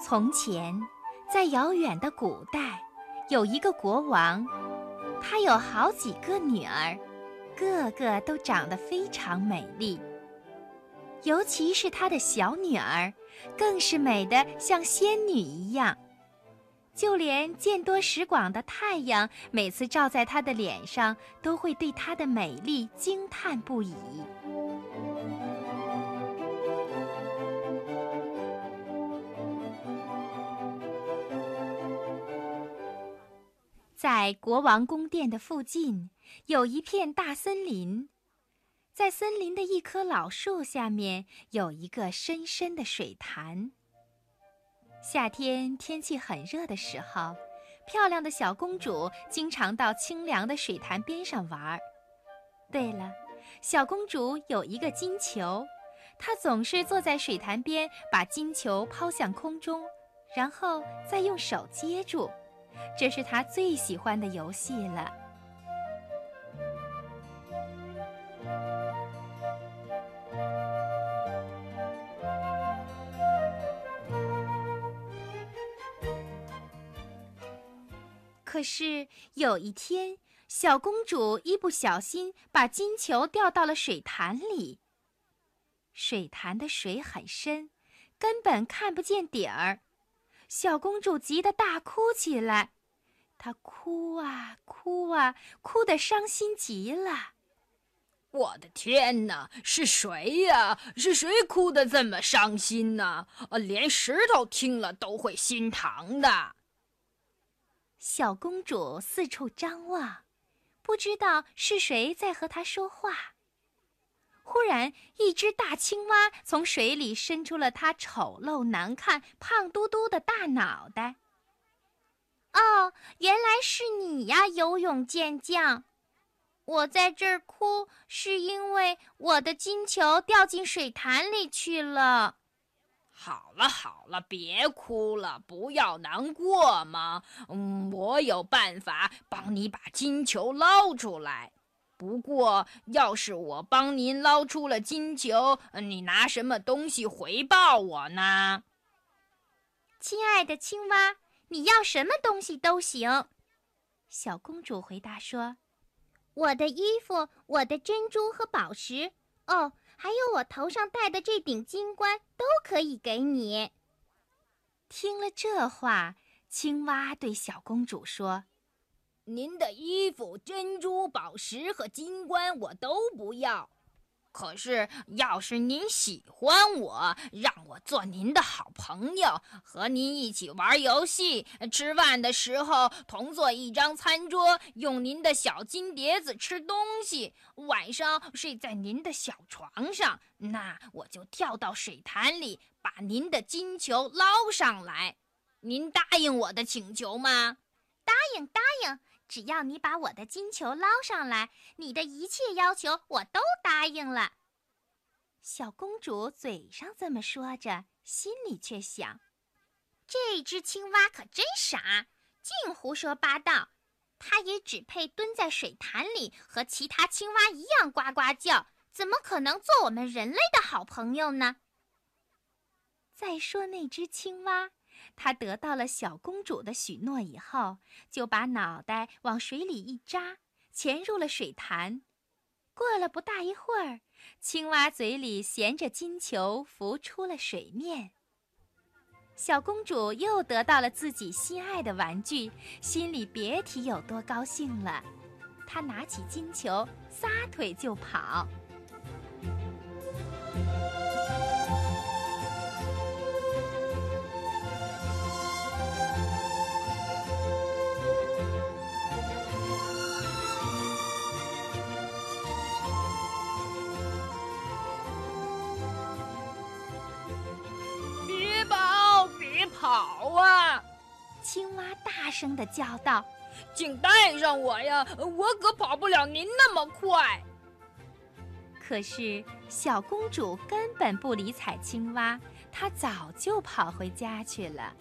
从前，在遥远的古代，有一个国王，他有好几个女儿，个个都长得非常美丽。尤其是他的小女儿，更是美得像仙女一样。就连见多识广的太阳，每次照在她的脸上，都会对她的美丽惊叹不已。在国王宫殿的附近，有一片大森林。在森林的一棵老树下面，有一个深深的水潭。夏天天气很热的时候，漂亮的小公主经常到清凉的水潭边上玩。对了，小公主有一个金球，她总是坐在水潭边，把金球抛向空中，然后再用手接住。这是她最喜欢的游戏了。可是有一天，小公主一不小心把金球掉到了水潭里。水潭的水很深，根本看不见底儿。小公主急得大哭起来，她哭啊哭啊，哭得伤心极了。 我的天哪，是谁呀？是谁哭得这么伤心呢？连石头听了都会心疼的。 小公主四处张望，不知道是谁在和她说话。忽然，一只大青蛙从水里伸出了它丑陋难看、胖嘟嘟的大脑袋。哦，原来是你呀，游泳健将！我在这儿哭，是因为我的金球掉进水潭里去了。 好了好了，别哭了，不要难过嘛。我有办法帮你把金球捞出来。不过，要是我帮您捞出了金球，你拿什么东西回报我呢？ 亲爱的青蛙，你要什么东西都行。小公主回答说：我的衣服，我的珍珠和宝石，哦，还有我头上戴的这顶金冠，都可以给你。听了这话，青蛙对小公主说： 您的衣服、珍珠、宝石和金冠我都不要。可是，要是您喜欢我，让我做您的好朋友，和您一起玩游戏，吃饭的时候同坐一张餐桌，用您的小金碟子吃东西，晚上睡在您的小床上，那我就跳到水潭里，把您的金球捞上来。您答应我的请求吗？ 答应，答应。只要你把我的金球捞上来，你的一切要求我都答应了。小公主嘴上这么说着，心里却想：这只青蛙可真傻，净胡说八道。它也只配蹲在水潭里，和其他青蛙一样呱呱叫，怎么可能做我们人类的好朋友呢？再说那只青蛙，她得到了小公主的许诺以后，就把脑袋往水里一扎，潜入了水潭。过了不大一会儿，青蛙嘴里衔着金球浮出了水面。小公主又得到了自己心爱的玩具，心里别提有多高兴了。她拿起金球，撒腿就跑。 别跑啊！ 青蛙大声地叫道： 请带上我呀，我可跑不了您那么快。 可是小公主根本不理睬青蛙，她早就跑回家去了。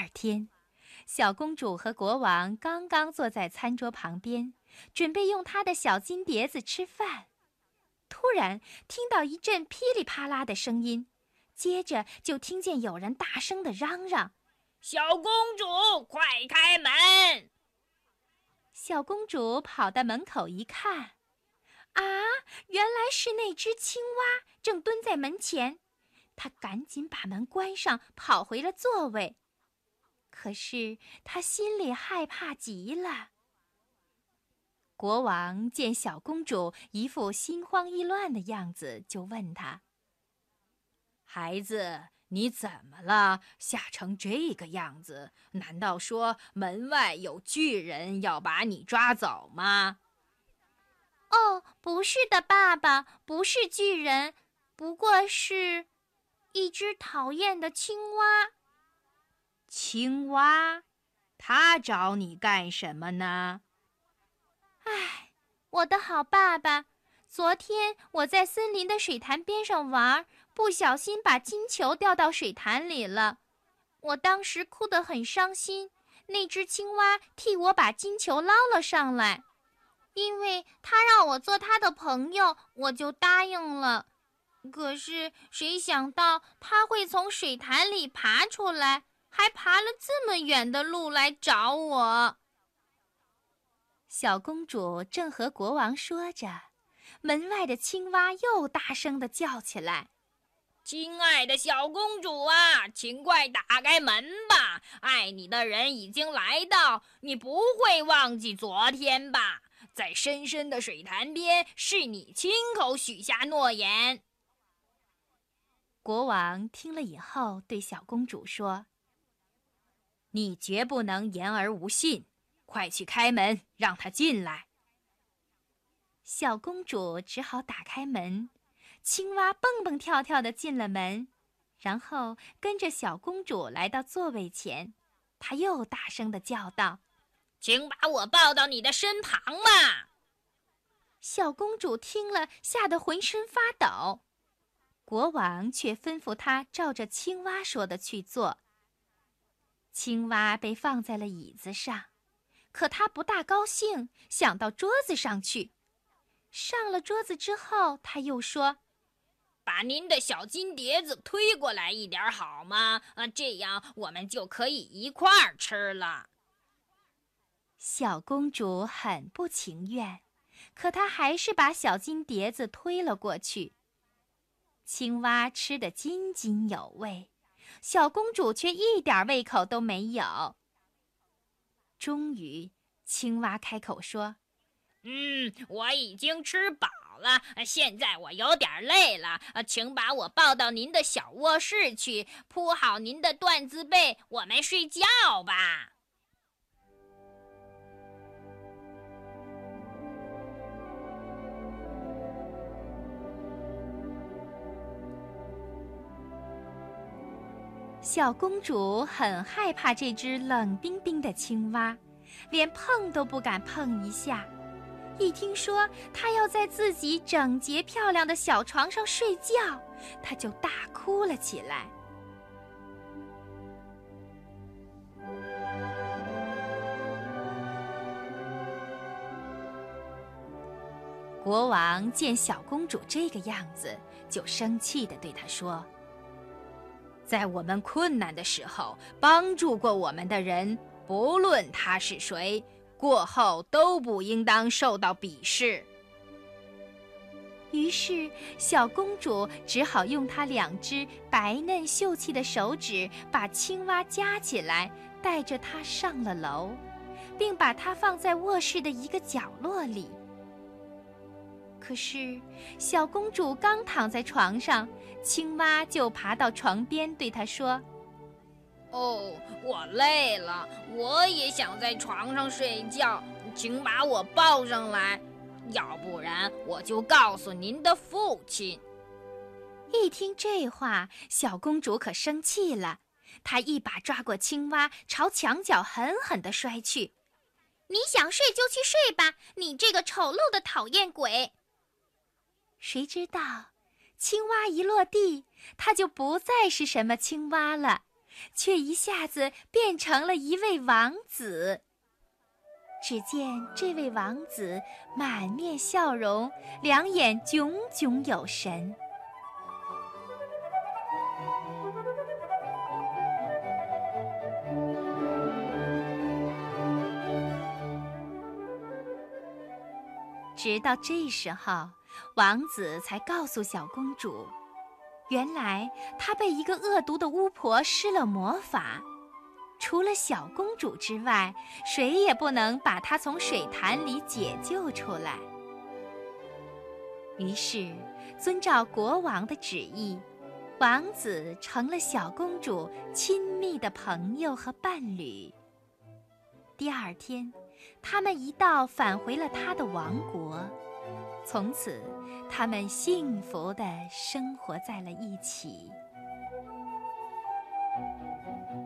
二天，小公主和国王刚刚坐在餐桌旁边，准备用她的小金碟子吃饭，突然听到一阵噼里啪啦的声音，接着就听见有人大声地嚷嚷：“ 小公主，快开门！” 小公主跑到门口一看，啊，原来是那只青蛙正蹲在门前。她赶紧把门关上，跑回了座位。可是她心里害怕极了。国王见小公主一副心慌意乱的样子，就问她：“ 孩子，你怎么了？吓成这个样子？难道说门外有巨人要把你抓走吗？”“ 哦，不是的，爸爸，不是巨人，不过是一只讨厌的青蛙。”“ 青蛙？它找你干什么呢？”“ 唉，我的好爸爸，昨天我在森林的水潭边上玩，不小心把金球掉到水潭里了。我当时哭得很伤心，那只青蛙替我把金球捞了上来。因为他让我做他的朋友，我就答应了。可是谁想到他会从水潭里爬出来，还爬了这么远的路来找我。”小公主正和国王说着，门外的青蛙又大声地叫起来：“ 亲爱的小公主啊，请快打开门吧！爱你的人已经来到，你不会忘记昨天吧？在深深的水潭边，是你亲口许下诺言。” 国王听了以后，对小公主说：“ 你绝不能言而无信，快去开门，让他进来。” 小公主只好打开门，青蛙蹦蹦跳跳地进了门，然后跟着小公主来到座位前。她又大声地叫道：“ 请把我抱到你的身旁吧！” 小公主听了，吓得浑身发抖。国王却吩咐她照着青蛙说的去做。青蛙被放在了椅子上，可她不大高兴，想到桌子上去。上了桌子之后，她又说：“ 把您的小金碟子推过来一点好吗？这样我们就可以一块儿吃了。” 小公主很不情愿，可她还是把小金碟子推了过去。青蛙吃得津津有味，小公主却一点胃口都没有。终于，青蛙开口说：“ 我已经吃饱了，现在我有点累了，请把我抱到您的小卧室去，铺好您的缎子被，我们睡觉吧。” 小公主很害怕这只冷冰冰的青蛙，连碰都不敢碰一下。一听说她要在自己整洁漂亮的小床上睡觉，她就大哭了起来。国王见小公主这个样子，就生气地对她说：“ 在我们困难的时候，帮助过我们的人，不论他是谁，过后都不应当受到鄙视。” 于是，小公主只好用她2只白嫩秀气的手指把青蛙夹起来，带着它上了楼，并把它放在卧室的一个角落里。可是，小公主刚躺在床上，青蛙就爬到床边，对她说：“ 哦，我累了，我也想在床上睡觉，请把我抱上来，要不然我就告诉您的父亲。” 一听这话，小公主可生气了，她一把抓过青蛙，朝墙角狠狠地摔去。“你想睡就去睡吧，你这个丑陋的讨厌鬼！”谁知道，青蛙一落地，它就不再是什么青蛙了， 却一下子变成了一位王子。只见这位王子满面笑容，两眼炯炯有神。直到这时候，王子才告诉小公主，原来他被一个恶毒的巫婆施了魔法，除了小公主之外，谁也不能把她从水潭里解救出来。于是，遵照国王的旨意，王子成了小公主亲密的朋友和伴侣。第二天，他们一道返回了他的王国，从此他们幸福地生活在了一起。